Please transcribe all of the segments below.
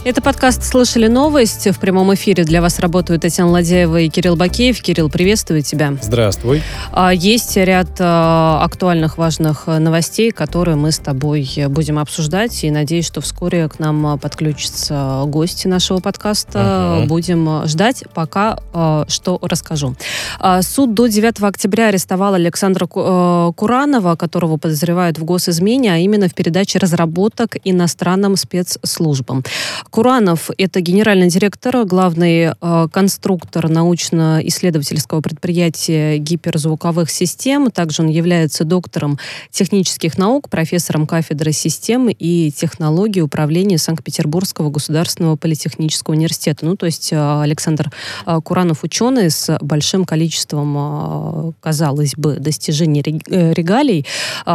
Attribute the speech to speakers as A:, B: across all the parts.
A: Это подкаст «Слышали новость». В прямом эфире для вас работают Татьяна Ладяева и Кирилл Бакеев. Кирилл, приветствую тебя.
B: Здравствуй.
A: Есть ряд актуальных, важных новостей, которые мы с тобой будем обсуждать. И надеюсь, что вскоре к нам подключатся гости нашего подкаста. Будем ждать. Пока что расскажу. Суд до 9 октября арестовал Александра Куранова, которого подозревают в госизмене, а именно в передаче разработок иностранным спецслужбам. Куранов – это генеральный директор, главный конструктор научно-исследовательского предприятия гиперзвуковых систем. Также он является доктором технических наук, профессором кафедры систем и технологий управления Санкт-Петербургского государственного политехнического университета. То есть Александр Куранов ученый с большим количеством, казалось бы, достижений регалий.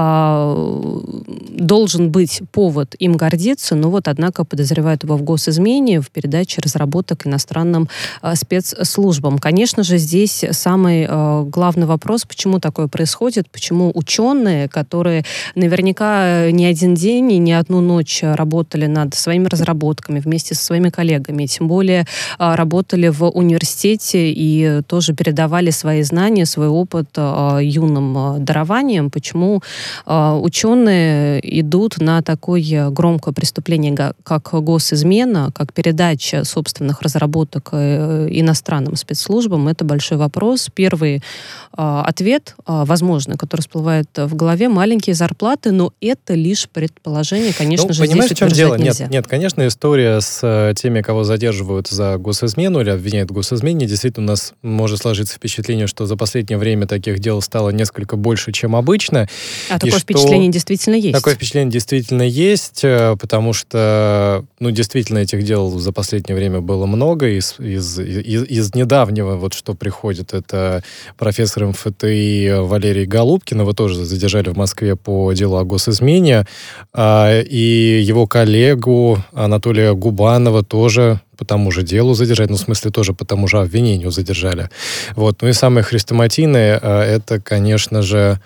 A: Должен быть повод им гордиться, но однако подозревают его в госизмене, в передаче разработок иностранным спецслужбам. Конечно же, здесь самый главный вопрос, почему такое происходит, почему ученые, которые наверняка не один день и не одну ночь работали над своими разработками вместе со своими коллегами, тем более работали в университете и тоже передавали свои знания, свой опыт юным дарованием, почему ученые идут на такое громкое преступление, как госизмена, как передача собственных разработок иностранным спецслужбам, это большой вопрос. Первый ответ, возможный, который всплывает в голове, маленькие зарплаты, но это лишь предположение, конечно же,
B: понимаешь,
A: здесь
B: в чем дело?
A: нельзя.
B: Нет, конечно, история с теми, кого задерживают за госизмену или обвиняют в госизмене, действительно у нас может сложиться впечатление, что за последнее время таких дел стало несколько больше, чем обычно.
A: Такое впечатление действительно есть.
B: Такое впечатление действительно есть, потому что, действительно, этих дел за последнее время было много. Из недавнего, что приходит, это профессор МФТИ Валерий Голубкин, его тоже задержали в Москве по делу о госизмене, и его коллегу Анатолия Губанова тоже по тому же делу задержали, в смысле тоже по тому же обвинению задержали. И самое хрестоматийное, это, конечно же,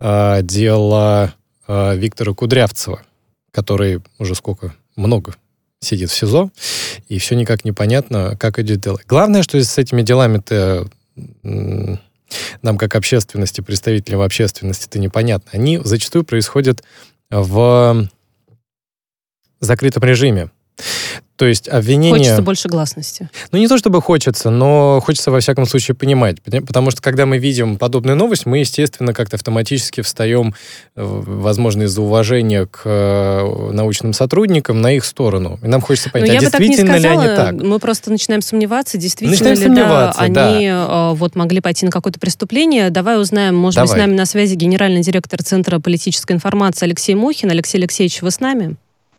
B: дело Виктора Кудрявцева, который уже много сидит в СИЗО, и все никак непонятно, как идет дело. Главное, что с этими делами-то нам, как общественности, представителям общественности-то непонятно. Они зачастую происходят в закрытом режиме. То есть обвинение...
A: Хочется больше гласности.
B: Не то чтобы хочется, но хочется во всяком случае понимать. Потому что когда мы видим подобную новость, мы, естественно, как-то автоматически встаем, возможно, из-за уважения к научным сотрудникам на их сторону. И нам хочется понять, действительно ли они так.
A: Мы просто начинаем сомневаться, действительно ли они могли пойти на какое-то преступление. Давай узнаем, может быть, с нами на связи генеральный директор Центра политической информации Алексей Мухин. Алексей Алексеевич, вы с нами?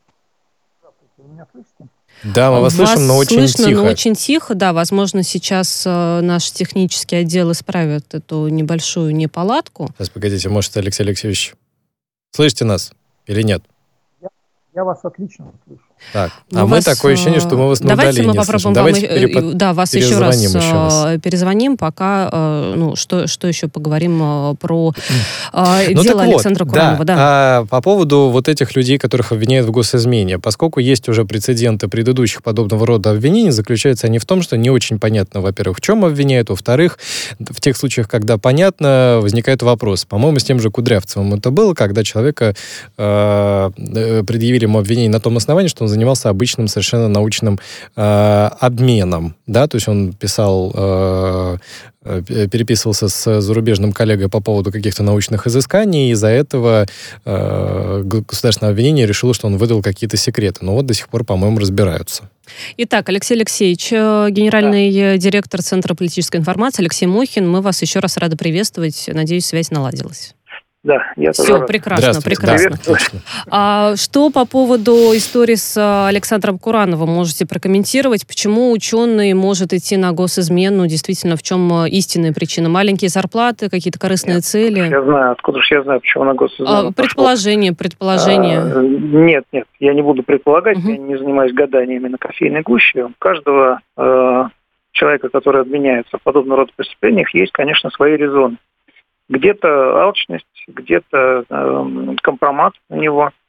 C: Меня слышите?
B: Да, мы вас слышим, но очень
A: слышно,
B: тихо.
A: Но очень тихо, да. Возможно, сейчас наш технический отдел исправит эту небольшую неполадку.
B: Сейчас, погодите, может, Алексей Алексеевич, слышите нас или нет?
C: Я вас отлично слышу.
B: Так, мы такое ощущение, что мы вас на удалении
A: Давайте мы попробуем вас еще раз перезвоним, пока, что еще поговорим про дело Александра Куранова.
B: Да. По поводу этих людей, которых обвиняют в госизмене, поскольку есть уже прецеденты предыдущих подобного рода обвинений, заключаются они в том, что не очень понятно, во-первых, в чем обвиняют, во-вторых, в тех случаях, когда понятно, возникает вопрос. По-моему, с тем же Кудрявцевым это было, когда человека предъявили ему обвинение на том основании, что он занимался обычным совершенно научным обменом, да, то есть он переписывался с зарубежным коллегой по поводу каких-то научных изысканий, и из-за этого государственное обвинение решило, что он выдал какие-то секреты. Но до сих пор, по-моему, разбираются.
A: Итак, Алексей Алексеевич, генеральный директор Центра политической информации Алексей Мухин, мы вас еще раз рады приветствовать. Надеюсь, связь наладилась.
C: Да, я тоже.
A: Все, прекрасно. Что по поводу истории с Александром Курановым можете прокомментировать? Почему ученый может идти на госизмену? Действительно, в чем истинная причина? Маленькие зарплаты, какие-то корыстные цели?
C: Откуда же я знаю, почему на госизмену
A: предположение.
C: Нет, я не буду предполагать, я не занимаюсь гаданиями на кофейной гуще. У каждого человека, который обвиняется в подобного рода преступлениях, есть, конечно, свои резоны. Где-то алчность, где-то компромат на него.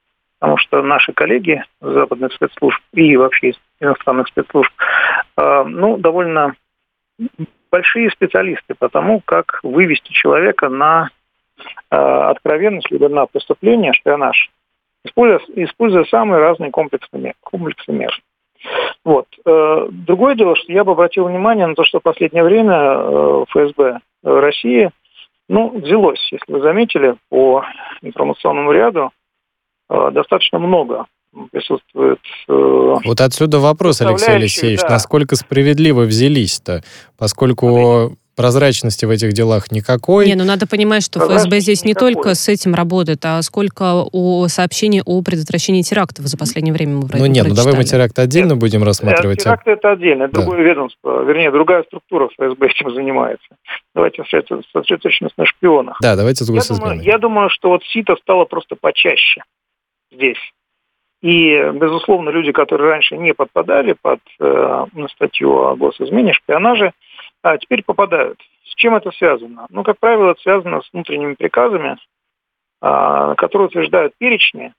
C: потому что наши коллеги западных спецслужб и вообще из иностранных спецслужб, довольно большие специалисты по тому, как вывести человека на откровенность, либо на преступление, шпионаж, используя самые разные комплексы мер. Вот. Другое дело, что я бы обратил внимание на то, что в последнее время ФСБ России взялось, если вы заметили, по информационному ряду достаточно много присутствует.
B: Вот отсюда вопрос, Алексей Алексеевич,
C: да.
B: Насколько справедливо взялись-то, поскольку прозрачности в этих делах никакой.
A: Надо понимать, что ФСБ здесь не только с этим работает, а сколько о сообщений о предотвращении терактов за последнее время мы прочитали.
B: Давай мы теракты отдельно будем рассматривать.
C: Теракты это отдельно, это другое ведомство, другая структура ФСБ этим занимается. Давайте сосредоточимся на шпионах.
B: Да, давайте с госизменой.
C: Я думаю, что сито стало просто почаще здесь. И, безусловно, люди, которые раньше не подпадали под статью о госизмене, шпионаже, теперь попадают. С чем это связано? Как правило, это связано с внутренними приказами, которые утверждают перечни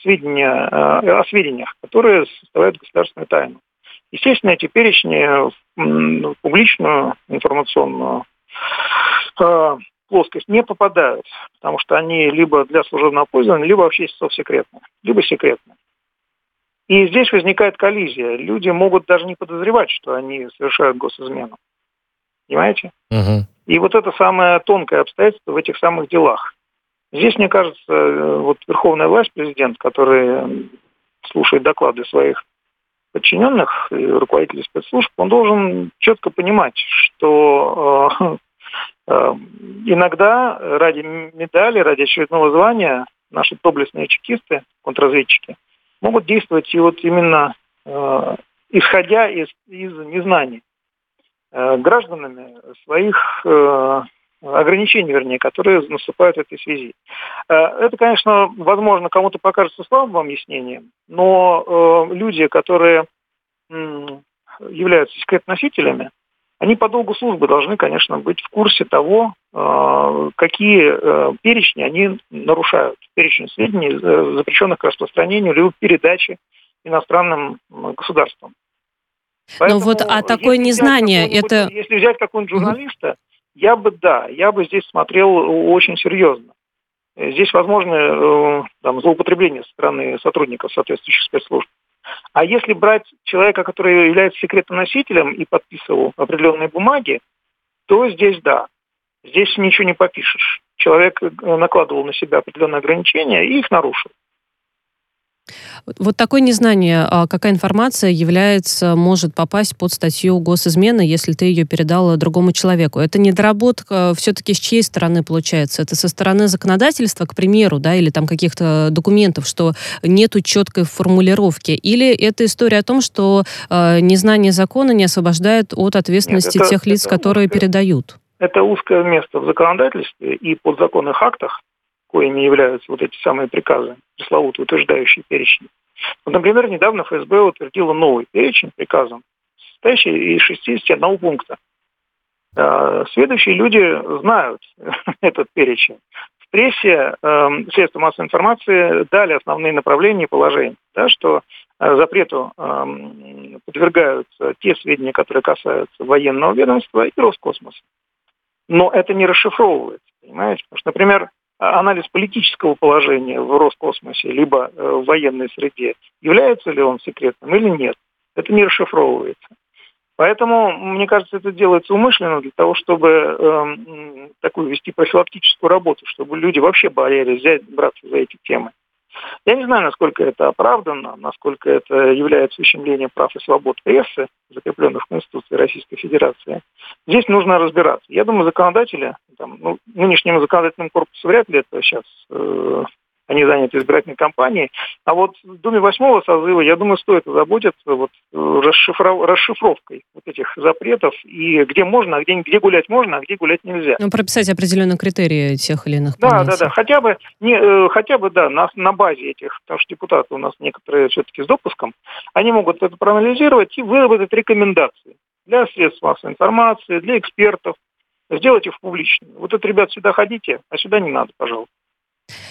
C: о сведениях, которые составляют государственную тайну. Естественно, эти перечни в публичную информационную плоскость не попадают, потому что они либо для служебного пользования, либо вообще секретные, либо секретные. И здесь возникает коллизия. Люди могут даже не подозревать, что они совершают госизмену. Понимаете?
B: Угу.
C: И это самое тонкое обстоятельство в этих самых делах. Здесь, мне кажется, верховная власть, президент, который слушает доклады своих подчиненных и руководителей спецслужб, он должен четко понимать, что иногда ради медали, ради очередного звания наши доблестные чекисты, контрразведчики, могут действовать и именно исходя из незнания гражданами своих ограничений, которые наступают в этой связи. Это, конечно, возможно, кому-то покажется слабым объяснением, но люди, которые являются секретносителями, они по долгу службы должны, конечно, быть в курсе того, какие перечни они нарушают. Перечень сведений, запрещенных к распространению, либо передаче иностранным государствам. Поэтому,
A: такое незнание,
C: Если взять какого-нибудь журналиста, я бы здесь смотрел очень серьезно. Здесь возможно злоупотребление со стороны сотрудников соответствующих спецслужб. А если брать человека, который является секретоносителем и подписывал определенные бумаги, то здесь да. Здесь ничего не попишешь. Человек накладывал на себя определенные ограничения и их нарушил.
A: Такое незнание, какая информация может попасть под статью госизмены, если ты ее передал другому человеку. Это недоработка все-таки с чьей стороны получается? Это со стороны законодательства, к примеру, или каких-то документов, что нету четкой формулировки? Или это история о том, что незнание закона не освобождает от ответственности тех лиц, которые передают?
C: Это узкое место в законодательстве и подзаконных актах, коими являются эти самые приказы, пресловутые утверждающие перечни. Например, недавно ФСБ утвердила новый перечень приказом, состоящий из 61 пункта. Следующие люди знают этот перечень. В прессе средства массовой информации дали основные направления и положения, что запрету подвергаются те сведения, которые касаются военного ведомства и Роскосмоса. Но это не расшифровывается, понимаете? Потому что, например, анализ политического положения в Роскосмосе либо в военной среде, является ли он секретным или нет, это не расшифровывается. Поэтому, мне кажется, это делается умышленно для того, чтобы такую вести профилактическую работу, чтобы люди вообще боялись браться за эти темы. Я не знаю, насколько это оправдано, насколько это является ущемлением прав и свобод прессы, закрепленных в Конституции Российской Федерации. Здесь нужно разбираться. Я думаю, законодатели, нынешнему законодательному корпусу вряд ли это сейчас они заняты избирательной кампанией. А в Думе 8-го созыва, я думаю, стоит озаботиться расшифровкой этих запретов и где можно, а где гулять можно, а где гулять нельзя.
A: Прописать определенные критерии тех или иных понятий.
C: Да. Хотя бы на базе этих, потому что депутаты у нас некоторые все-таки с допуском, они могут это проанализировать и выработать рекомендации для средств массовой информации, для экспертов, сделать их публичными. Это, ребят, сюда ходите, а сюда не надо, пожалуйста.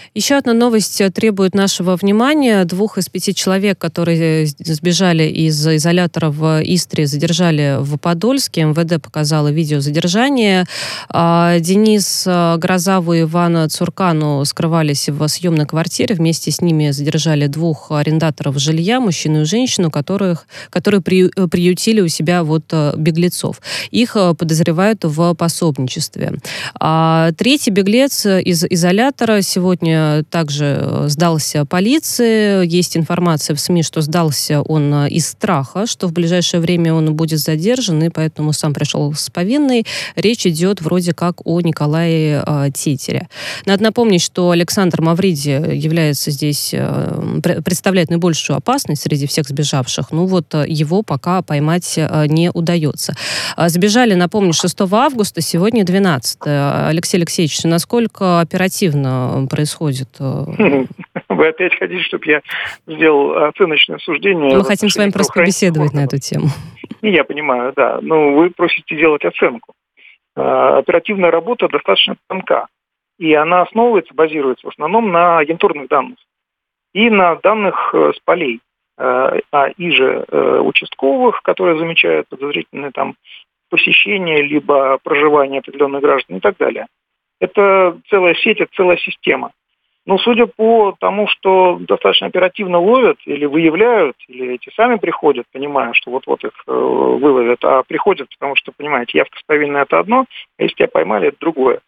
A: Еще одна новость требует нашего внимания. 2 из 5 человек, которые сбежали из изолятора в Истре, задержали в Подольске. МВД показало видео задержания. Денис Грозаву и Иван Цуркану скрывались в съемной квартире. Вместе с ними задержали 2 арендаторов жилья, мужчину и женщину, которые приютили у себя беглецов. Их подозревают в пособничестве. 3-й беглец из изолятора сегодня также сдался полиции. Есть информация в СМИ, что сдался он из страха, что в ближайшее время он будет задержан, и поэтому сам пришел с повинной. Речь идет вроде как о Николае Тетере. Надо напомнить, что Александр Мавриди является здесь, представляет наибольшую опасность среди всех сбежавших. Его пока поймать не удается. Сбежали, напомню, 6 августа, сегодня 12. Алексей Алексеевич, насколько оперативно происходит?
C: Вы опять хотите, чтобы я сделал оценочное суждение?
A: Мы хотим с вами просто побеседовать на эту тему.
C: Я понимаю, да. Вы просите делать оценку. Оперативная работа достаточно тонка. И она базируется в основном на агентурных данных. И на данных с полей. Иже участковых, которые замечают подозрительные посещения, либо проживание определенных граждан и так далее. Это целая сеть, это целая система. Но судя по тому, что достаточно оперативно ловят или выявляют, или эти сами приходят, понимая, что вот-вот их выловят, а приходят, потому что, понимаете, явка с повинной – это одно, а если тебя поймали – это другое.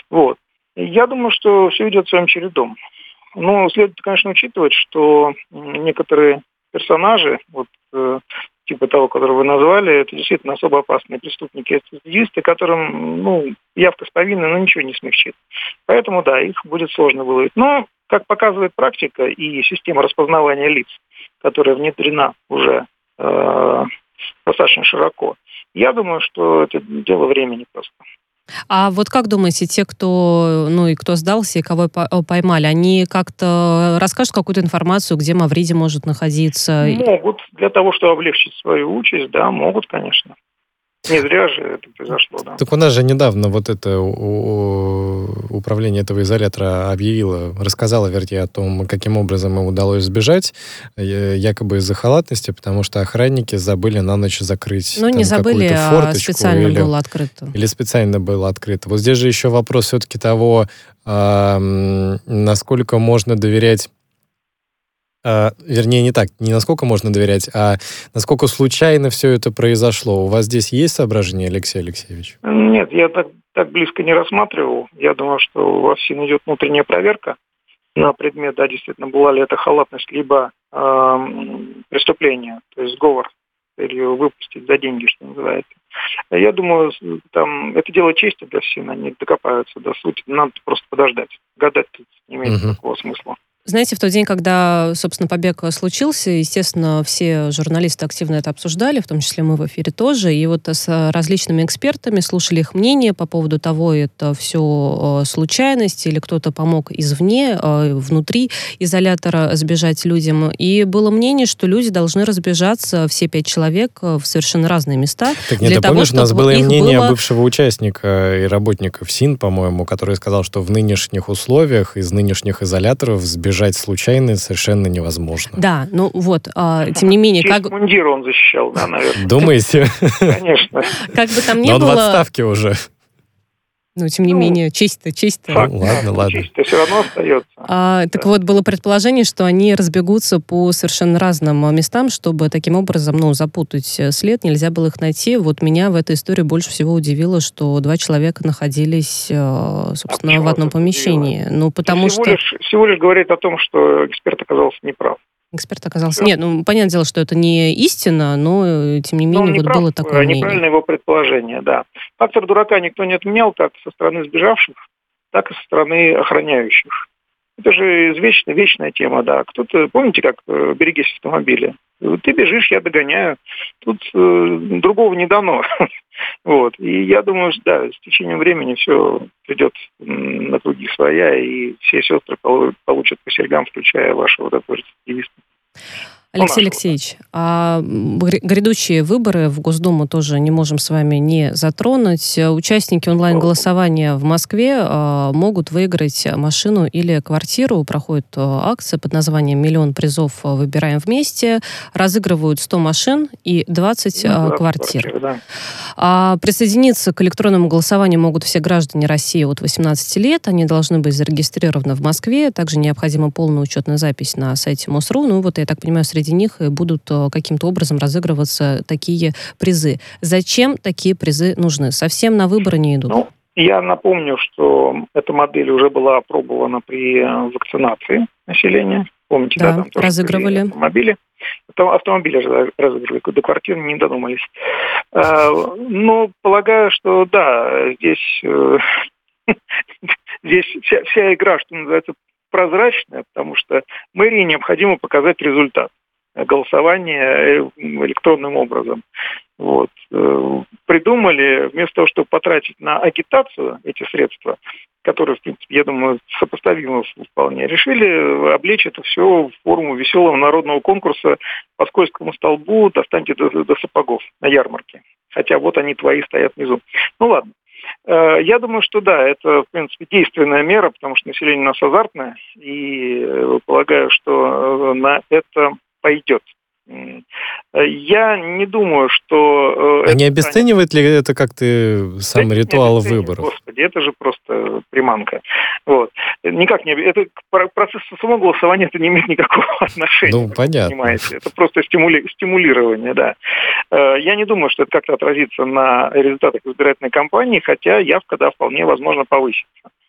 C: Я думаю, что все идет своим чередом. Но следует, конечно, учитывать, что некоторые персонажи, типа того, которого вы назвали, это действительно особо опасные преступники, рецидивисты, которым, явка с повинной, ничего не смягчит. Поэтому, да, их будет сложно выловить. Но, как показывает практика и система распознавания лиц, которая внедрена уже достаточно широко, я думаю, что это дело времени просто.
A: А как думаете, те, кто сдался и кого поймали, они как-то расскажут какую-то информацию, где Мавриди может находиться?
C: Могут. Для того, чтобы облегчить свою участь, да, могут, конечно. Не зря же это произошло, да.
B: Так у нас же недавно это управление этого изолятора рассказало, о том, каким образом им удалось сбежать, якобы из-за халатности, потому что охранники забыли на ночь закрыть
A: не забыли, а специально было открыто.
B: Или специально было открыто. Вот здесь же еще вопрос все-таки того, насколько можно доверять. Вернее, не насколько можно доверять, а насколько случайно все это произошло. У вас здесь есть соображения, Алексей Алексеевич?
C: Нет, я так близко не рассматривал. Я думаю, что во ФСИН идет внутренняя проверка на предмет, да, действительно, была ли это халатность, либо преступление, то есть сговор, или выпустить за деньги, что называется. Я думаю, это дело чести для ФСИН, они докопаются до сути, надо просто подождать. Гадать тут не имеет такого смысла.
A: Знаете, в тот день, когда, собственно, побег случился, естественно, все журналисты активно это обсуждали, в том числе мы в эфире тоже, и с различными экспертами слушали их мнение по поводу того, это все случайность или кто-то помог извне, внутри изолятора сбежать людям. И было мнение, что люди должны разбежаться, все 5 человек, в совершенно разные места.
B: Так нет, ты помнишь, у нас было мнение бывшего участника и работника ФСИН, по-моему, который сказал, что в нынешних условиях из нынешних изоляторов сбежать случайно совершенно невозможно.
A: Да, тем не менее...
C: Честь мундира он защищал, да, наверное.
B: Думаете?
C: Конечно.
A: Как бы там ни было...
B: Но он в отставке уже.
A: Тем не менее, честь-то.
B: Ладно.
C: Честь-то все равно остается.
A: Было предположение, что они разбегутся по совершенно разным местам, чтобы таким образом, запутать след, нельзя было их найти. Меня в этой истории больше всего удивило, что 2 человека находились, собственно, в одном помещении. Потому что...
C: Всего лишь говорит о том, что эксперт оказался неправ.
A: Эксперт оказался... Нет, понятное дело, что это не истина, но, тем не менее, было такое мнение.
C: Неправильное его предположение, да. Фактор дурака никто не отменял, как со стороны сбежавших, так и со стороны охраняющих. Это же вечная тема, да. Кто-то, помните, как «Берегись автомобиля»? Ты бежишь, я догоняю. Тут другого не дано. И я думаю, что, да, с течением времени все придет на круги своя, и все сестры получат по серьгам, включая вашего рецидивиста.
A: Алексей Алексеевич, грядущие выборы в Госдуму тоже не можем с вами не затронуть. Участники онлайн-голосования в Москве могут выиграть машину или квартиру. Проходит акция под названием «Миллион призов выбираем вместе». Разыгрывают 100 машин и 20 квартир. Да. Присоединиться к электронному голосованию могут все граждане России от 18 лет. Они должны быть зарегистрированы в Москве. Также необходима полная учетная запись на сайте МОСРУ. Ну вот, я так понимаю, среди них будут каким-то образом разыгрываться такие призы. Зачем такие призы нужны? Совсем на выборы не идут?
C: Ну, я напомню, что эта модель уже была опробована при вакцинации населения. Помните,
A: да,
C: там тоже
A: разыгрывали.
C: Автомобили разыгрывали, до квартир не додумались. Но полагаю, что да, здесь вся игра, что называется, прозрачная, потому что мэрии необходимо показать результат голосования электронным образом. Вот. Придумали, вместо того, чтобы потратить на агитацию эти средства, которые, в принципе, я думаю, сопоставимы вполне, решили облечь это все в форму веселого народного конкурса по скользкому столбу «Достаньте до сапогов» на ярмарке. Хотя вот они твои стоят внизу. Ну ладно. Я думаю, что да, это, в принципе, действенная мера, потому что население у нас азартное, и полагаю, что на это пойдет. Я не думаю, что...
B: А не обесценивает ли это как-то сам ритуал выборов?
C: Господи, это же просто приманка. Вот. Никак не... Это к процессу самого голосования это не имеет никакого отношения.
B: Ну, понятно.
C: Понимаете? Это просто стимулирование, да. Я не думаю, что это как-то отразится на результатах избирательной кампании, хотя явка, да, вполне возможно повысится.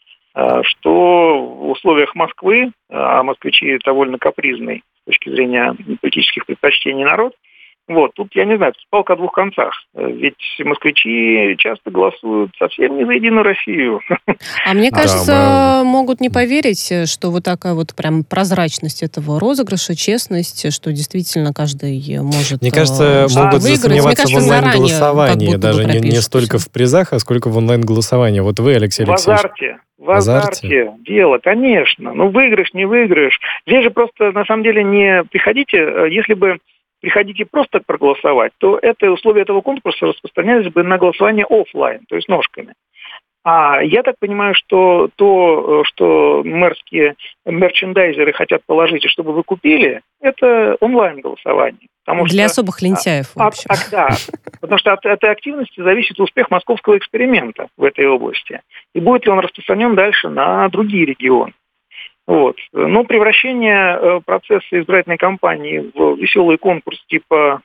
C: Что в условиях Москвы, а москвичи довольно капризный с точки зрения политических предпочтений народ, вот, тут, я не знаю, тут палка о двух концах. Ведь москвичи часто голосуют совсем не за Единую Россию.
A: А мне кажется, могут не поверить, что вот такая вот прям прозрачность этого розыгрыша, честность, что действительно каждый может
B: Мне кажется, могут засомневаться в онлайн-голосовании, даже не столько в призах, а сколько в онлайн-голосовании. Вот вы, Алексей Алексеевич.
C: В азарте дело, конечно. Ну, выигрыш, не выигрыш. Здесь же просто, на самом деле, не приходите, если бы приходите просто проголосовать, то это условия этого конкурса распространялись бы на голосование офлайн, то есть ножками. А я так понимаю, что то, что мэрские мерчендайзеры хотят положить, и чтобы вы купили, это онлайн-голосование.
A: Для особых лентяев, в общем.
C: Да, потому что от этой активности зависит успех московского эксперимента в этой области. И будет ли он распространен дальше на другие регионы. Вот. Но превращение процесса избирательной кампании в веселый конкурс типа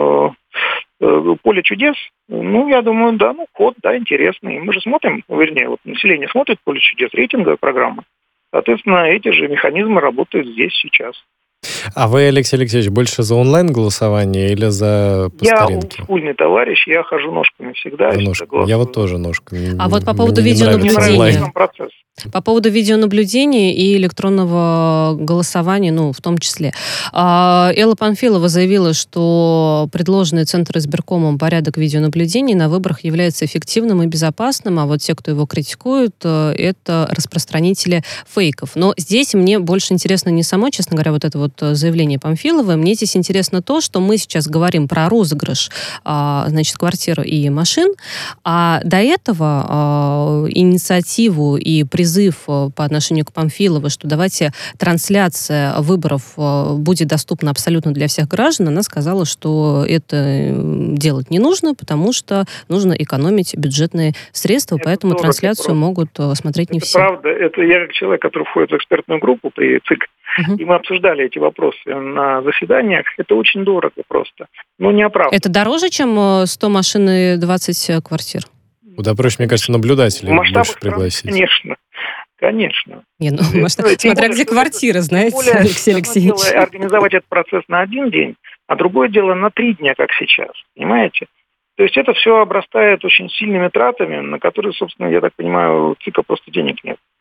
C: «Поле чудес», ну, я думаю, да, ход, да, интересный. Мы же смотрим, вернее, вот население смотрит «Поле чудес», рейтинговая программа. Соответственно, эти же механизмы работают здесь, сейчас.
B: А вы, Алексей Алексеевич, больше за онлайн-голосование или за по старинке?
C: Я олдскульный товарищ, я хожу ножками всегда.
B: Я вот тоже ножками.
A: А вот по поводу видеонаблюдения. По поводу видеонаблюдения и электронного голосования, в том числе. Элла Памфилова заявила, что предложенный Центром избиркомом порядок видеонаблюдения на выборах является эффективным и безопасным, а вот те, кто его критикует, это распространители фейков. Но здесь мне больше интересно не само, честно говоря, вот это вот заявление Памфиловой. Мне здесь интересно то, что мы сейчас говорим про розыгрыш, квартир и машин, а до этого инициативу и призыв по отношению к Памфиловой, что давайте трансляция выборов будет доступна абсолютно для всех граждан, она сказала, что это делать не нужно, потому что нужно экономить бюджетные средства, поэтому трансляцию могут смотреть не все.
C: Правда, это я как человек, который входит в экспертную группу при ЦИК, и мы обсуждали эти вопросы на заседаниях. Это очень дорого просто. Не оправдано.
A: Это дороже, чем 100 машин и 20 квартир?
B: Куда проще, мне кажется, наблюдателей больше пригласить.
C: Конечно.
A: Смотря где квартира, знаете, Алексей Алексеевич.
C: Организовать этот процесс на один день, а другое дело на 3 дня, как сейчас. Понимаете? То есть это все обрастает очень сильными тратами, на которые, собственно, я так понимаю, у ЦИКа просто денег нет.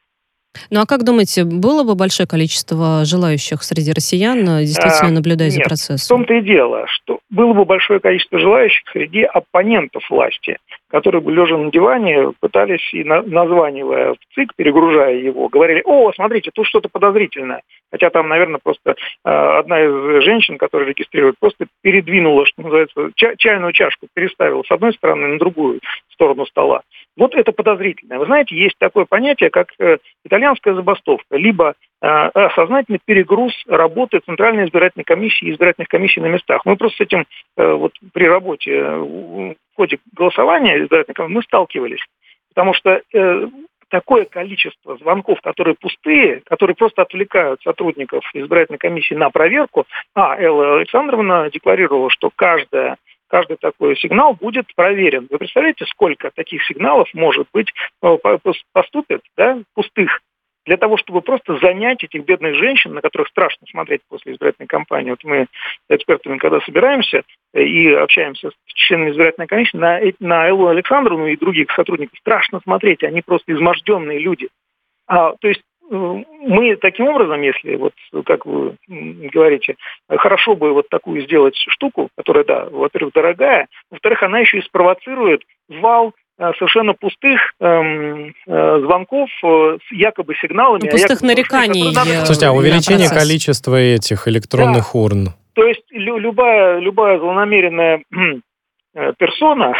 A: Ну а как думаете, было бы большое количество желающих среди россиян действительно наблюдать за процессом?
C: В том-то и дело, что было бы большое количество желающих среди оппонентов власти, которые бы, лежа на диване, пытались, и названивая в ЦИК, перегружая его, говорили: о, смотрите, тут что-то подозрительное. Хотя там, наверное, просто одна из женщин, которая регистрирует, просто передвинула, что называется, чайную чашку, переставила с одной стороны на другую сторону стола. Вот это подозрительное. Вы знаете, есть такое понятие, как итальянская забастовка, либо сознательный перегруз работы Центральной избирательной комиссии и избирательных комиссий на местах. Мы просто с этим вот при работе в ходе голосования избирательной комиссии мы сталкивались. Потому что такое количество звонков, которые пустые, которые просто отвлекают сотрудников избирательной комиссии на проверку. Элла Александровна декларировала, что каждый такой сигнал будет проверен. Вы представляете, сколько таких сигналов, может быть, поступит, да, пустых, для того, чтобы просто занять этих бедных женщин, на которых страшно смотреть после избирательной кампании. Вот мы с экспертами, когда собираемся и общаемся с членами избирательной комиссии, на Эллу Александровну и других сотрудников страшно смотреть, они просто изможденные люди. То есть мы таким образом, если, вот как вы говорите, хорошо бы вот такую сделать штуку, которая, да, во-первых, дорогая, во-вторых, она еще и спровоцирует вал совершенно пустых звонков с якобы сигналами.
A: Пустых нареканий.
B: Слушайте, а увеличение количества этих электронных урн?
C: То есть любая злонамеренная персона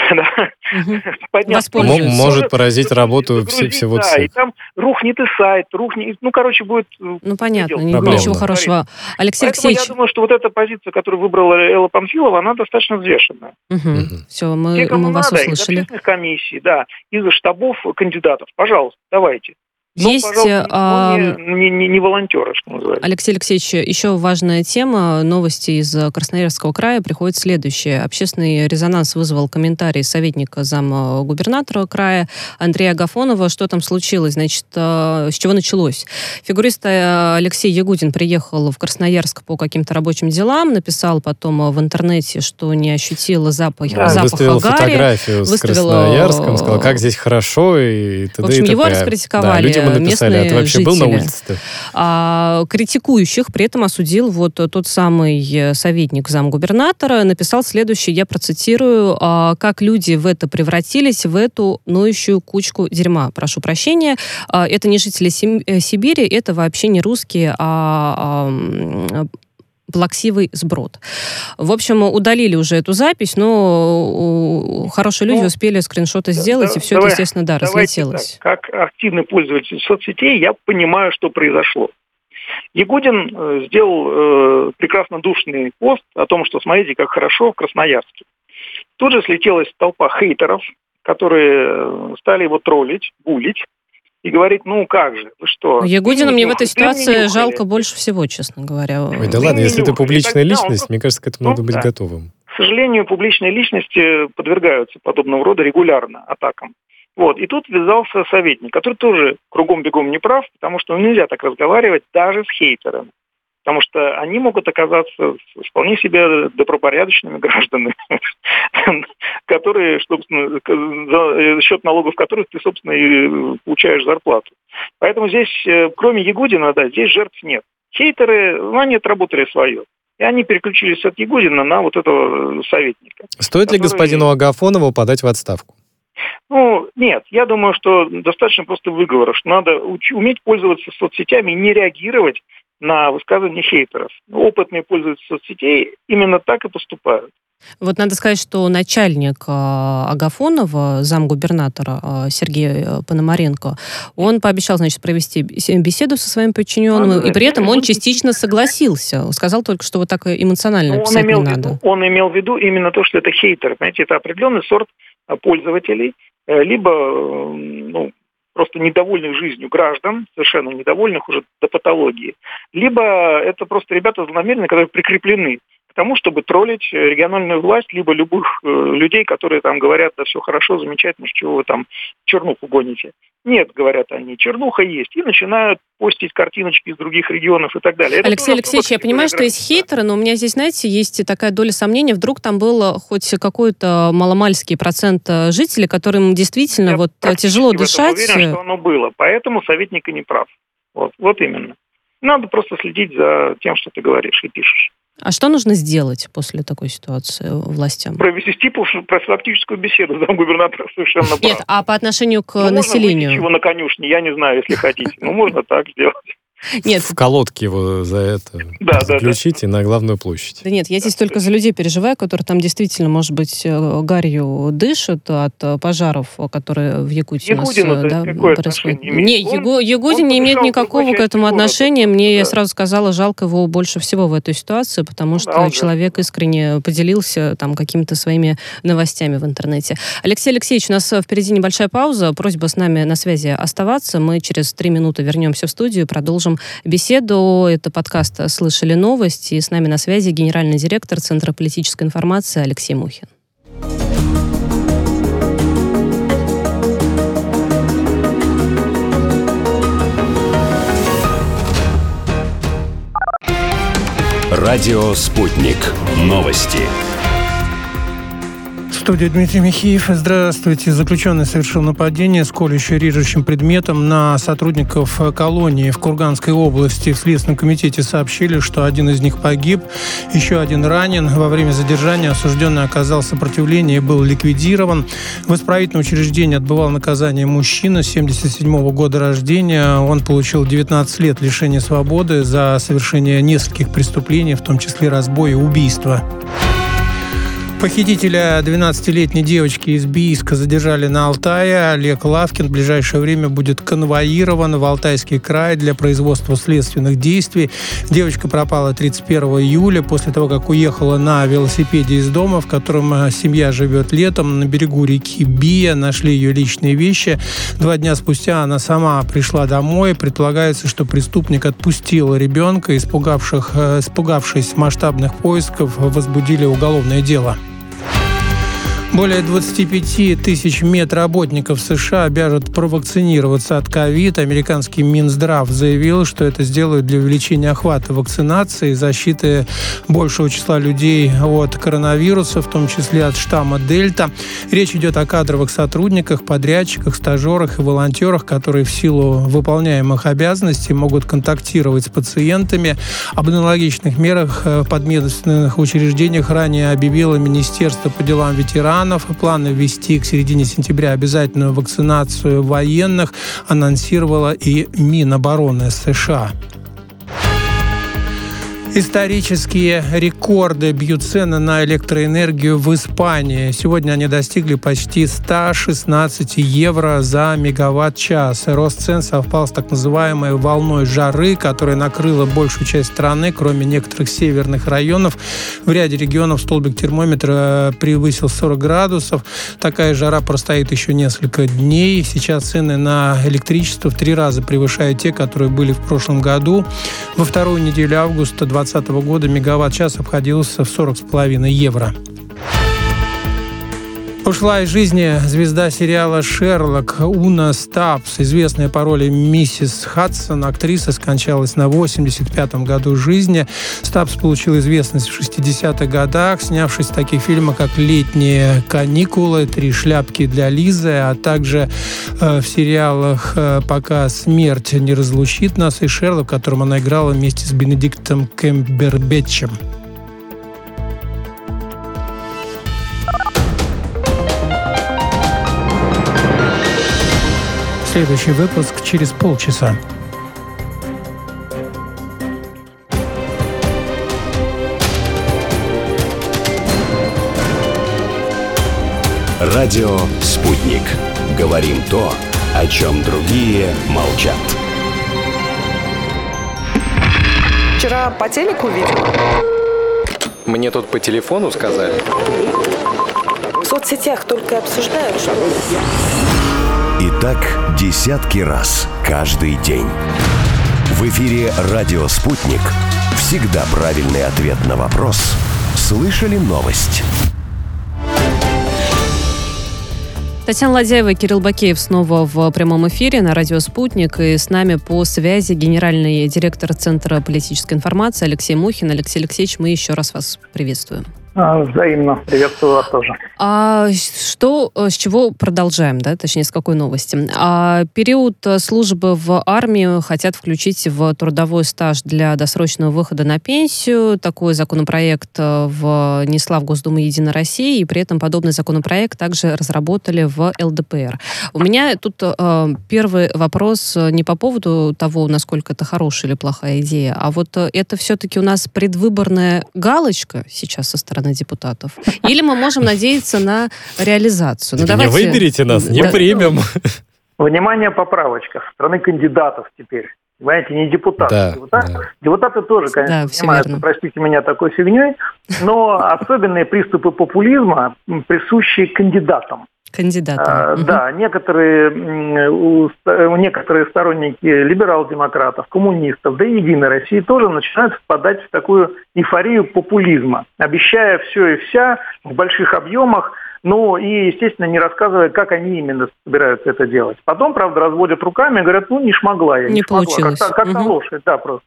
B: может поразить работу всего ЦИК.
C: И там рухнет и сайт, будет...
A: понятно, ничего хорошего. Алексей Алексеевич...
C: Я думаю, что вот эта позиция, которую выбрала Элла Памфилова, она достаточно взвешенная.
A: Все, мы вас услышали.
C: Из общественных комиссий, да, из штабов кандидатов. Пожалуйста, давайте.
A: Есть,
C: не волонтеры, что называется.
A: Алексей Алексеевич, еще важная тема. Новости из Красноярского края приходят следующие. Общественный резонанс вызвал комментарий советника замгубернатора края Андрея Агафонова. Что там случилось? Значит, с чего началось? Фигурист Алексей Ягудин приехал в Красноярск по каким-то рабочим делам, написал потом в интернете, что не ощутил запаха гари.
B: Выставил фотографию с Красноярском, сказал, как здесь хорошо, и т.д.
A: В общем, его раскритиковали.
B: Написали,
A: местные
B: а ты вообще
A: жители.
B: был на улице-то?
A: Критикующих при этом осудил вот тот самый советник замгубернатора, написал следующее, я процитирую: как люди в это превратились, в эту ноющую кучку дерьма. Прошу прощения, это не жители Сибири, это вообще не русские, плаксивый сброд. В общем, удалили уже эту запись, но хорошие люди успели скриншоты сделать, и все это, естественно, разлетелось.
C: Как активный пользователь соцсетей, я понимаю, что произошло. Ягудин сделал прекрасно душный пост о том, что смотрите, как хорошо в Красноярске. Тут же слетелась толпа хейтеров, которые стали его троллить, булить, и говорит, как же, вы что?
A: Ягудина мне в этой ситуации жалко больше всего, честно говоря.
B: Ой, да ладно, если ты публичная личность, мне кажется, к этому надо быть готовым.
C: К сожалению, публичные личности подвергаются подобного рода регулярно атакам. И тут ввязался советник, который тоже кругом-бегом не прав, потому что нельзя так разговаривать даже с хейтерами. Потому что они могут оказаться вполне себе добропорядочными гражданами, которые, собственно, за счет налогов которых ты, собственно, и получаешь зарплату. Поэтому здесь, кроме Ягудина, здесь жертв нет. Хейтеры, они отработали свое. И они переключились от Ягудина на вот этого советника.
B: Стоит ли господину Агафонову подать в отставку?
C: Нет, я думаю, что достаточно просто выговора, что надо уметь пользоваться соцсетями и не реагировать на высказывания хейтеров. Опытные пользователи соцсетей именно так и поступают.
A: Вот надо сказать, что начальник Агафонова, замгубернатора Сергей Пономаренко, он пообещал, провести беседу со своим подчиненным, и при этом он частично согласился. Сказал только, что вот так эмоционально писать не надо.
C: Он имел в виду именно то, что это хейтеры. Понимаете, это определенный сорт пользователей, либо просто недовольных жизнью граждан, совершенно недовольных уже до патологии, либо это просто ребята злонамеренные, которые прикреплены к тому, чтобы троллить региональную власть, либо любых людей, которые там говорят, да все хорошо, замечательно, чего вы там чернуху гоните. Нет, говорят они, чернуха есть. И начинают постить картиночки из других регионов и так далее. Это
A: Алексей Алексеевич, я понимаю, что есть хейтеры, но у меня здесь, знаете, есть такая доля сомнений. Вдруг там был хоть какой-то маломальский процент жителей, которым действительно тяжело дышать.
C: Я уверен, что оно было. Поэтому советник и не прав. Вот именно. Надо просто следить за тем, что ты говоришь и пишешь.
A: А что нужно сделать после такой ситуации властям?
C: Провести профилактическую беседу с замгубернатора совершенно прав.
A: Нет, а по отношению к населению?
C: Можно его на конюшне, я не знаю, если хотите. Можно так сделать.
A: Нет.
B: В колодке его за это заключите на главную площадь.
A: Да нет, я здесь только за людей переживаю, которые там действительно, может быть, гарью дышат от пожаров, которые в Якутии у нас происходят. Ягудин не имеет никакого к этому отношения. Мне, я сразу сказала, жалко его больше всего в этой ситуации, потому что человек искренне поделился там какими-то своими новостями в интернете. Алексей Алексеевич, у нас впереди небольшая пауза. Просьба с нами на связи оставаться. Мы через 3 минуты вернемся в студию и продолжим беседу. Это подкаст «Слышали новости». И с нами на связи генеральный директор Центра политической информации Алексей Мухин.
D: Радио «Спутник». Новости.
E: В студии Дмитрий Михеев. Здравствуйте. Заключенный совершил нападение с колющим режущим предметом на сотрудников колонии в Курганской области. В Следственном комитете сообщили, что один из них погиб, еще один ранен. Во время задержания осужденный оказал сопротивление и был ликвидирован. В исправительном учреждении отбывал наказание мужчина 1977 года рождения. Он получил 19 лет лишения свободы за совершение нескольких преступлений, в том числе разбоя и убийства. Похитителя 12-летней девочки из Бийска задержали на Алтае. Олег Лавкин в ближайшее время будет конвоирован в Алтайский край для производства следственных действий. Девочка пропала 31 июля после того, как уехала на велосипеде из дома, в котором семья живет летом. На берегу реки Бия нашли ее личные вещи. 2 дня спустя она сама пришла домой. Предполагается, что преступник отпустил ребенка. Испугавшись масштабных поисков, возбудили уголовное дело. Более 25 тысяч медработников США обяжут провакцинироваться от ковид. Американский Минздрав заявил, что это сделают для увеличения охвата вакцинации и защиты большего числа людей от коронавируса, в том числе от штамма Дельта. Речь идет о кадровых сотрудниках, подрядчиках, стажерах и волонтерах, которые в силу выполняемых обязанностей могут контактировать с пациентами. Об аналогичных мерах в подмедицинских учреждениях ранее объявило Министерство по делам ветеранов. Планы ввести к середине сентября обязательную вакцинацию военных анонсировала и Минобороны США. Исторические рекорды бьют цены на электроэнергию в Испании. Сегодня они достигли почти 116 евро за мегаватт-час. Рост цен совпал с так называемой волной жары, которая накрыла большую часть страны, кроме некоторых северных районов. В ряде регионов столбик термометра превысил 40 градусов. Такая жара простоит еще несколько дней. Сейчас цены на электричество в 3 раза превышают те, которые были в прошлом году. Во вторую неделю августа 2020 года мегаватт-час обходился в 40,5 евро. Ушла из жизни звезда сериала «Шерлок» Уна Стапс. Известная по роли миссис Хадсон, актриса скончалась на 85-м году жизни. Стапс получил известность в 60-х годах, снявшись в таких фильмах, как «Летние каникулы», «Три шляпки для Лизы», а также в сериалах «Пока смерть не разлучит нас» и «Шерлок», в котором она играла вместе с Бенедиктом Камбербэтчем. Следующий выпуск через полчаса.
D: Радио «Спутник». Говорим то, о чем другие молчат.
F: Вчера по телеку видел.
B: Мне тут по телефону сказали.
F: В соцсетях только обсуждают, что...
D: И так десятки раз каждый день. В эфире «Радио Спутник». Всегда правильный ответ на вопрос Слышали новость?
A: Татьяна Ладяева и Кирилл Бакеев снова в прямом эфире на радио «Спутник». И с нами по связи генеральный директор Центра политической информации Алексей Мухин. Алексей Алексеевич, мы еще раз вас приветствуем.
C: Взаимно. Приветствую вас тоже.
A: С чего продолжаем, да? Точнее, с какой новости? Период службы в армии хотят включить в трудовой стаж для досрочного выхода на пенсию. Такой законопроект внесла в Госдуму «Единая Россия», и при этом подобный законопроект также разработали в ЛДПР. У меня тут первый вопрос не по поводу того, насколько это хорошая или плохая идея, а вот это все-таки у нас предвыборная галочка сейчас со стороны депутатов? Или мы можем надеяться на реализацию?
B: Не выберите нас, не примем.
C: Внимание, поправочка. Со стороны кандидатов теперь. Понимаете, не депутатов. Депутаты тоже, конечно, занимаются, простите меня, такой фигней, но особенные приступы популизма присущи кандидатам. Да, некоторые сторонники либерал-демократов, коммунистов, да и Единой России тоже начинают впадать в такую эйфорию популизма, обещая все и вся в больших объемах, ну и, естественно, не рассказывая, как они именно собираются это делать. Потом, правда, разводят руками и говорят, не смогла я, не
A: получилось.
C: Как-то лошадь, да, просто.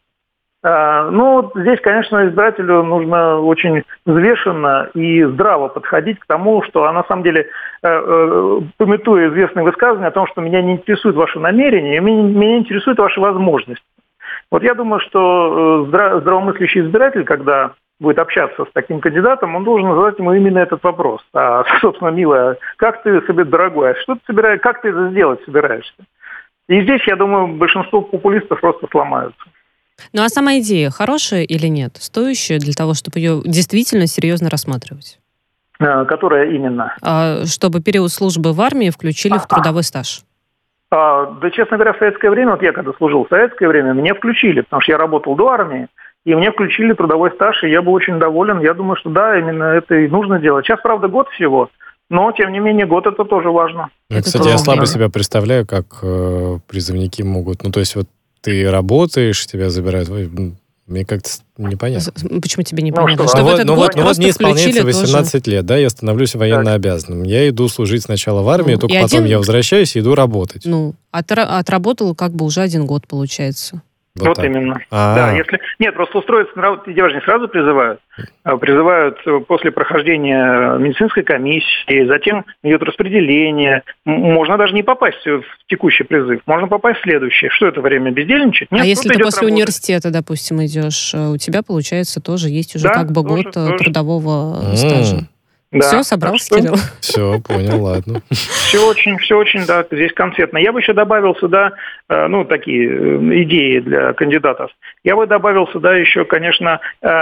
C: Здесь, конечно, избирателю нужно очень взвешенно и здраво подходить к тому, что, на самом деле, памятуя известные высказывания о том, что меня не интересуют ваши намерения, меня интересуют ваши возможности. Вот я думаю, что здравомыслящий избиратель, когда будет общаться с таким кандидатом, он должен задать ему именно этот вопрос. Собственно, милая, как ты себе, дорогой, что ты собираешься, как ты это сделать собираешься? И здесь, я думаю, большинство популистов просто сломаются.
A: Ну а сама идея хорошая или нет? Стоящая для того, чтобы ее действительно серьезно рассматривать?
C: Которая именно?
A: Чтобы период службы в армии включили в трудовой стаж.
C: Да, честно говоря, в советское время, вот я когда служил в советское время, меня включили, потому что я работал до армии, и мне включили трудовой стаж, и я был очень доволен. Я думаю, что да, именно это и нужно делать. Сейчас, правда, год всего, но, тем не менее, год это тоже важно.
B: Кстати, я слабо себя представляю, как призывники могут... то есть вот ты работаешь, тебя забирают... Мне как-то непонятно.
A: Почему тебе непонятно?
B: Вот мне исполняется 18 лет, да, я становлюсь военно обязанным. Я иду служить сначала в армии, только потом я возвращаюсь и иду работать.
C: Отработал
A: как бы уже 1 год, получается.
C: Вот именно. Да, Нет, просто устроиться на работу тебя же не сразу призывают. Призывают после прохождения медицинской комиссии, затем идет распределение. Можно даже не попасть в текущий призыв, можно попасть в следующий. Что это время, бездельничать? Нет,
A: если ты после университета, допустим, идешь, у тебя, получается, тоже есть уже год трудового стажа. Да. Все, собрался, Кирилл?
B: Все, понял, ладно.
C: Все очень, да, здесь концертно. Я бы еще добавил сюда, такие идеи для кандидатов. Я бы добавил сюда еще, конечно,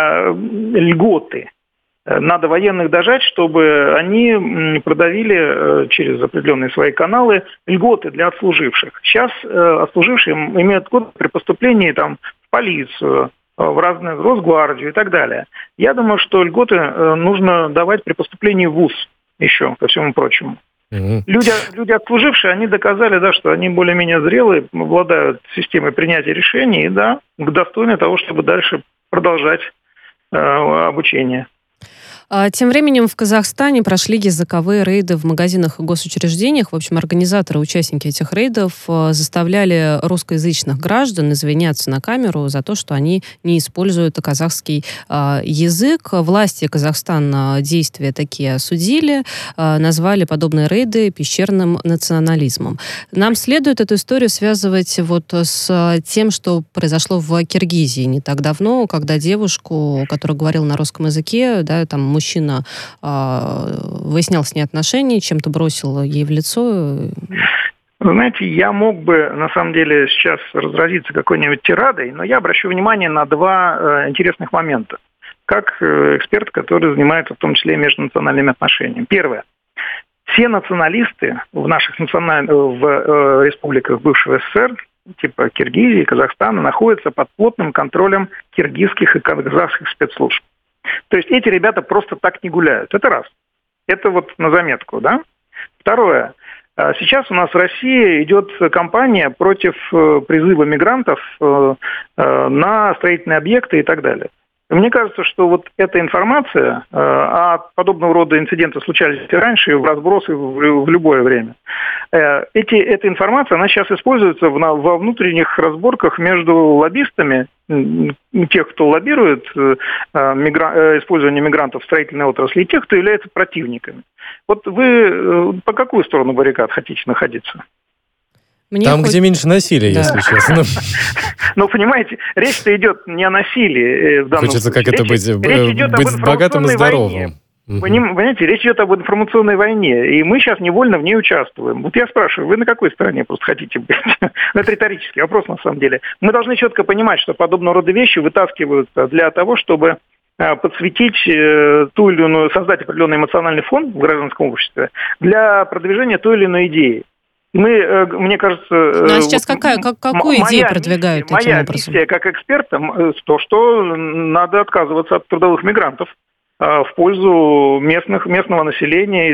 C: льготы. Надо военных дожать, чтобы они продавили через определенные свои каналы льготы для отслуживших. Сейчас отслужившие имеют льготы при поступлении в полицию, в разные Росгвардию и так далее. Я думаю, что льготы нужно давать при поступлении в ВУЗ еще, ко всему прочему. Люди отслужившие, они доказали, что они более-менее зрелые, обладают системой принятия решений и, достойны того, чтобы дальше продолжать обучение.
A: Тем временем в Казахстане прошли языковые рейды в магазинах и госучреждениях. В общем, организаторы, участники этих рейдов заставляли русскоязычных граждан извиняться на камеру за то, что они не используют казахский язык. Власти Казахстана действия такие осудили, назвали подобные рейды пещерным национализмом. Нам следует эту историю связывать с тем, что произошло в Киргизии не так давно, когда девушку, которая говорила на русском языке, мужчина выяснял с ней отношения, чем-то бросил ей в лицо.
C: Знаете, я мог бы, на самом деле, сейчас разразиться какой-нибудь тирадой, но я обращу внимание на 2 интересных момента. Как эксперт, который занимается в том числе межнациональными отношениями. Первое. Все националисты в наших в республиках бывшего СССР, типа Киргизии, Казахстана, находятся под плотным контролем киргизских и казахских спецслужб. То есть эти ребята просто так не гуляют. Это раз. Это на заметку, да? Второе. Сейчас у нас в России идет кампания против призыва мигрантов на строительные объекты и так далее. Мне кажется, что вот эта информация, а подобного рода инциденты случались и раньше, и в разброс, и в любое время. Эта информация, она сейчас используется во внутренних разборках между лоббистами, тех, кто лоббирует использование мигрантов в строительной отрасли, и тех, кто является противниками. Вот вы по какую сторону баррикад хотите находиться?
B: Там, где меньше насилия, если честно.
C: Ну, понимаете, речь-то идет не о насилии в данном
B: случае. Хочется
C: как
B: это быть богатым и здоровым.
C: Понимаете, речь идет об информационной войне, и мы сейчас невольно в ней участвуем. Вот я спрашиваю, вы на какой стороне просто хотите быть? Это риторический вопрос, на самом деле. Мы должны четко понимать, что подобного рода вещи вытаскиваются для того, чтобы подсветить ту или иную, создать определенный эмоциональный фон в гражданском обществе для продвижения той или иной идеи. Мне кажется...
A: Ну, а сейчас какую идею продвигают таким образом? Моя
C: миссия как эксперта то, что надо отказываться от трудовых мигрантов в пользу местного населения.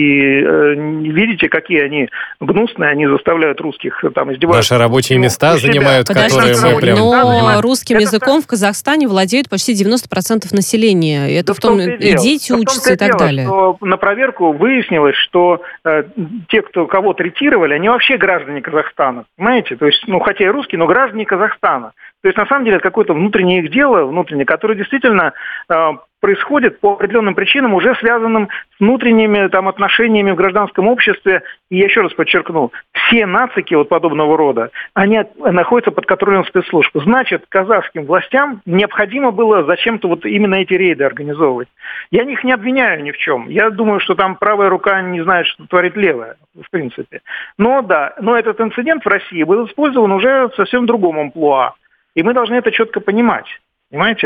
C: И видите, какие они гнусные, они заставляют русских там издеваться.
B: Наши рабочие места занимают, которые мы прям...
A: Но русским языком в Казахстане владеют почти 90% населения. Это в том и дети учатся и так далее.
C: Что на проверку выяснилось, что те, кого третировали, они вообще граждане Казахстана. Понимаете? То есть, хотя и русские, но граждане Казахстана. То есть, на самом деле, это какое-то внутреннее их дело, которое действительно происходит по определенным причинам, уже связанным с внутренними отношениями в гражданском обществе. И я еще раз подчеркну, все нацики подобного рода, они находятся под контролем спецслужб. Значит, казахским властям необходимо было зачем-то именно эти рейды организовывать. Я их не обвиняю ни в чем. Я думаю, что там правая рука не знает, что творит левая, в принципе. Но этот инцидент в России был использован уже в совсем другом амплуа. И мы должны это четко понимать. Понимаете?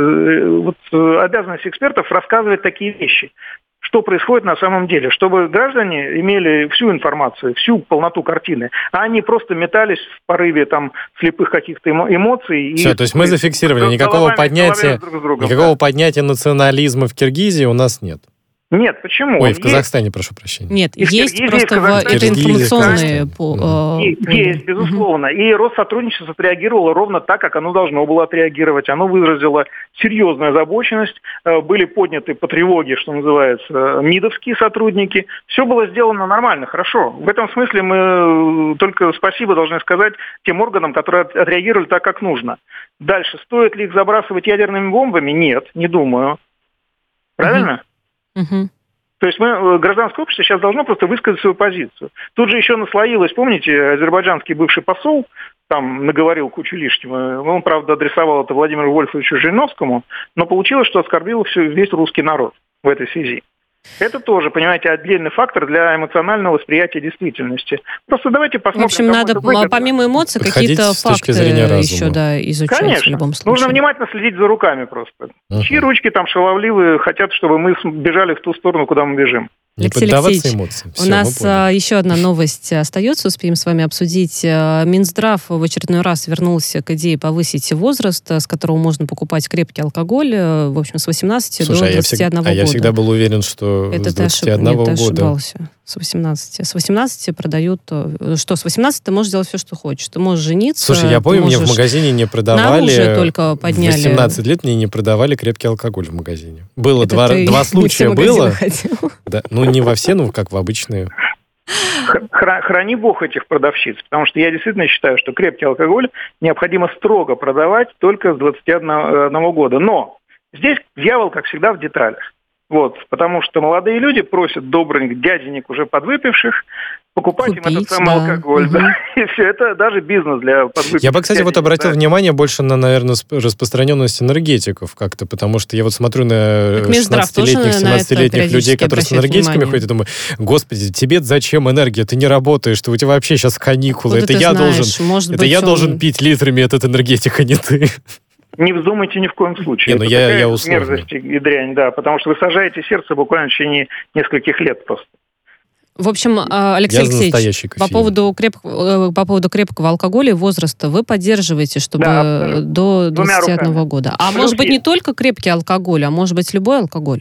C: Обязанность экспертов рассказывать такие вещи. Что происходит на самом деле, чтобы граждане имели всю информацию, всю полноту картины, а они просто метались в порыве слепых каких-то эмоций.
B: Все, то есть мы зафиксировали, никакого поднятия национализма в Киргизии у нас нет.
C: Нет, почему?
B: Ой, в Казахстане, прошу прощения.
A: Нет, есть просто это информационные...
C: Есть, безусловно. И Россотрудничество отреагировало ровно так, как оно должно было отреагировать. Оно выразило серьезную озабоченность. Были подняты по тревоге, что называется, МИДовские сотрудники. Все было сделано нормально, хорошо. В этом смысле мы только спасибо должны сказать тем органам, которые отреагировали так, как нужно. Дальше, стоит ли их забрасывать ядерными бомбами? Нет, не думаю. Правильно?
A: Угу.
C: То есть гражданское общество сейчас должно просто высказать свою позицию. Тут же еще наслоилось, помните, азербайджанский бывший посол там наговорил кучу лишнего. Он, правда, адресовал это Владимиру Вольфовичу Жириновскому, но получилось, что оскорбил весь русский народ в этой связи. Это тоже, понимаете, отдельный фактор для эмоционального восприятия действительности. Просто давайте посмотрим.
A: В общем, надо помимо эмоций какие-то факты еще изучать.
C: Конечно.
A: В любом случае.
C: Нужно внимательно следить за руками просто. Чьи ручки там шаловливые хотят, чтобы мы бежали в ту сторону, куда мы бежим.
B: Не поддаваться эмоциям.
A: У нас еще одна новость остается, успеем с вами обсудить. Минздрав в очередной раз вернулся к идее повысить возраст, с которого можно покупать крепкий алкоголь, в общем, с 18 до 21 года.
B: Я всегда был уверен, что с 21 года.
A: Ты ошибался. С 18. С 18 продают... Что, с 18 ты можешь делать все, что хочешь. Ты можешь жениться.
B: Слушай, я помню, мне в магазине не продавали...
A: Наружу только подняли.
B: В 18 лет мне не продавали крепкий алкоголь в магазине. Было два случая. Было. Да, не во все, как в обычные.
C: Храни Бог этих продавщиц, потому что я действительно считаю, что крепкий алкоголь необходимо строго продавать только с 21 года. Но здесь дьявол, как всегда, в деталях. Потому что молодые люди просят добрых дяденек, уже подвыпивших, покупать им этот самый алкоголь. Да. И все, это даже бизнес для подвыпивших.
B: Я бы, кстати, обратил внимание больше на, наверное, распространенность энергетиков как-то, потому что я смотрю на 16-летних, 17-летних людей, которые с энергетиками ходят, и думаю, господи, тебе зачем энергия? Ты не работаешь, у тебя вообще сейчас каникулы. Это я должен пить литрами этот энергетик, а не ты.
C: Не вздумайте ни в коем случае.
B: Я условно.
C: Мерзость и дрянь, да, потому что вы сажаете сердце буквально в течение нескольких лет просто.
A: В общем, Алексей Алексеевич, по поводу крепкого алкоголя и возраста вы поддерживаете, чтобы до 21 года. А может быть, не только крепкий алкоголь, а может быть, любой алкоголь?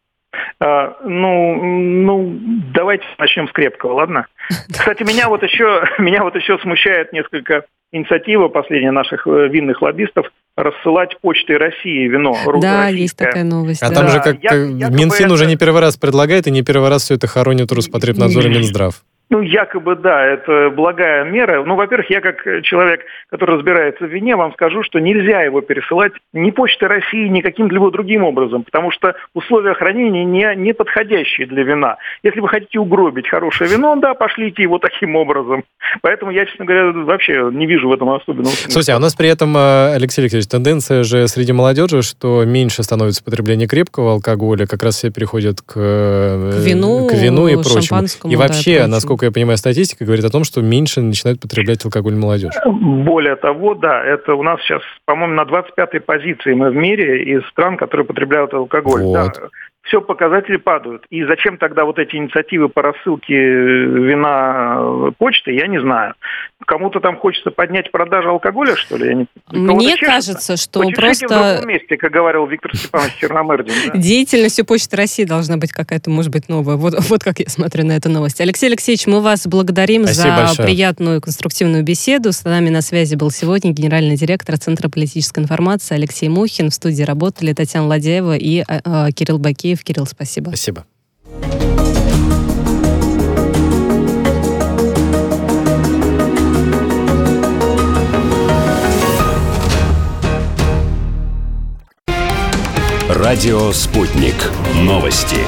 C: Давайте начнем с крепкого, ладно? Кстати, меня еще смущает несколько инициатива последняя наших винных лоббистов рассылать почтой России вино.
A: Да, есть такая новость.
B: А
A: да.
B: там же как Минфин уже не первый раз предлагает, и не первый раз все это хоронит Роспотребнадзор и Минздрав.
C: Якобы, да, это благая мера. Во-первых, я как человек, который разбирается в вине, вам скажу, что нельзя его пересылать ни почтой России, ни каким-либо другим образом, потому что условия хранения не подходящие для вина. Если вы хотите угробить хорошее вино, да, пошлите его таким образом. Поэтому я, честно говоря, вообще не вижу в этом особенного смысла.
B: Слушайте, а у нас при этом, Алексей Алексеевич, тенденция же среди молодежи, что меньше становится потребление крепкого алкоголя, как раз все переходят к вину и прочему. И вообще, насколько я понимаю, статистика говорит о том, что меньше начинают потреблять алкоголь молодежь.
C: Более того, да, это у нас сейчас, по-моему, на 25-й позиции мы в мире из стран, которые потребляют алкоголь.
B: Вот.
C: Да. Все показатели падают. И зачем тогда вот эти инициативы по рассылке вина почты, я не знаю. Кому-то там хочется поднять продажу алкоголя, что ли?
A: Мне кажется, что просто...
C: в другом месте, как говорил Виктор Степанович Черномырдин. Да?
A: Деятельность у Почты России должна быть какая-то, может быть, новая. Вот как я смотрю на эту новость. Алексей Алексеевич, мы вас благодарим за приятную конструктивную беседу. С нами на связи был сегодня генеральный директор Центра политической информации Алексей Мухин. В студии работали Татьяна Ладяева и Кирилл Бакеев. Кирилл, спасибо.
B: Спасибо.
D: Радио «Спутник». Новости.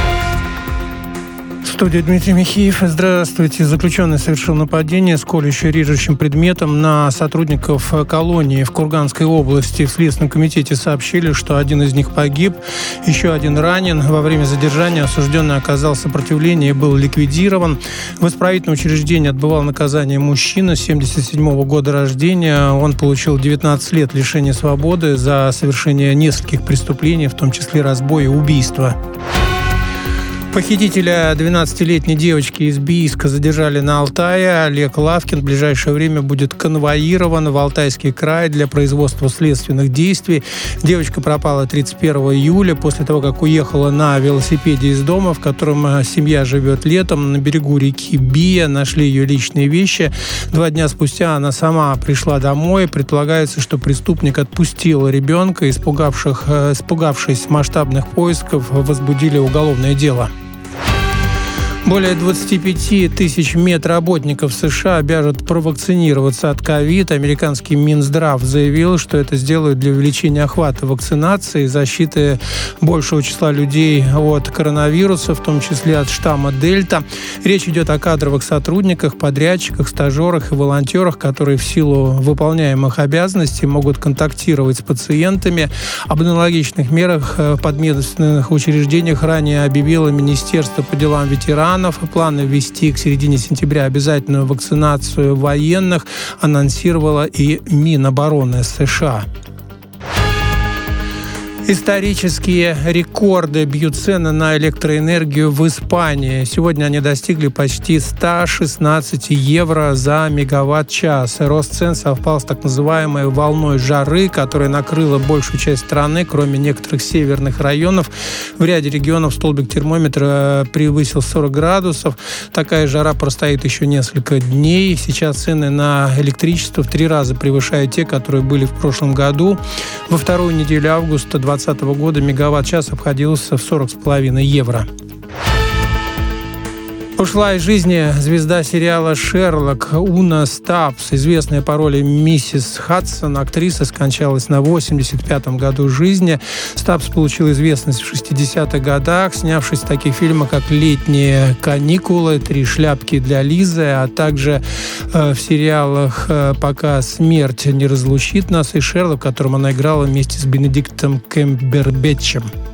E: В студии Дмитрий Михеев. Здравствуйте. Заключенный совершил нападение с колющим режущим предметом на сотрудников колонии в Курганской области. В Следственном комитете сообщили, что один из них погиб, еще один ранен. Во время задержания осужденный оказал сопротивление и был ликвидирован. В исправительном учреждении отбывал наказание мужчина 1977 года рождения. Он получил 19 лет лишения свободы за совершение нескольких преступлений, в том числе разбоя и убийства. Похитителя 12-летней девочки из Бийска задержали на Алтае. Олег Лавкин в ближайшее время будет конвоирован в Алтайский край для производства следственных действий. Девочка пропала 31 июля после того, как уехала на велосипеде из дома, в котором семья живет летом. На берегу реки Бия нашли ее личные вещи. 2 дня спустя она сама пришла домой. Предполагается, что преступник отпустил ребенка. Испугавшись масштабных поисков, возбудили уголовное дело. Более 25 тысяч медработников США обяжут провакцинироваться от ковид. Американский Минздрав заявил, что это сделают для увеличения охвата вакцинации и защиты большего числа людей от коронавируса, в том числе от штамма Дельта. Речь идет о кадровых сотрудниках, подрядчиках, стажерах и волонтерах, которые в силу выполняемых обязанностей могут контактировать с пациентами. Об аналогичных мерах в подмедицинских учреждениях ранее объявило Министерство по делам ветеранов. Планы ввести к середине сентября обязательную вакцинацию военных анонсировала и Минобороны США. Исторические рекорды бьют цены на электроэнергию в Испании. Сегодня они достигли почти 116 евро за мегаватт-час. Рост цен совпал с так называемой волной жары, которая накрыла большую часть страны, кроме некоторых северных районов. В ряде регионов столбик термометра превысил 40 градусов. Такая жара простоит еще несколько дней. Сейчас цены на электричество в 3 раза превышают те, которые были в прошлом году. Во вторую неделю августа 2020 года мегаватт-час обходился в 40,5 евро. Ушла из жизни звезда сериала «Шерлок» Уна Стапс. Известная по роли миссис Хадсон, актриса скончалась на 85-м году жизни. Стапс получил известность в 60-х годах, снявшись в таких фильмах, как «Летние каникулы», «Три шляпки для Лизы», а также в сериалах «Пока смерть не разлучит нас» и «Шерлок», в котором она играла вместе с Бенедиктом Камбербэтчем.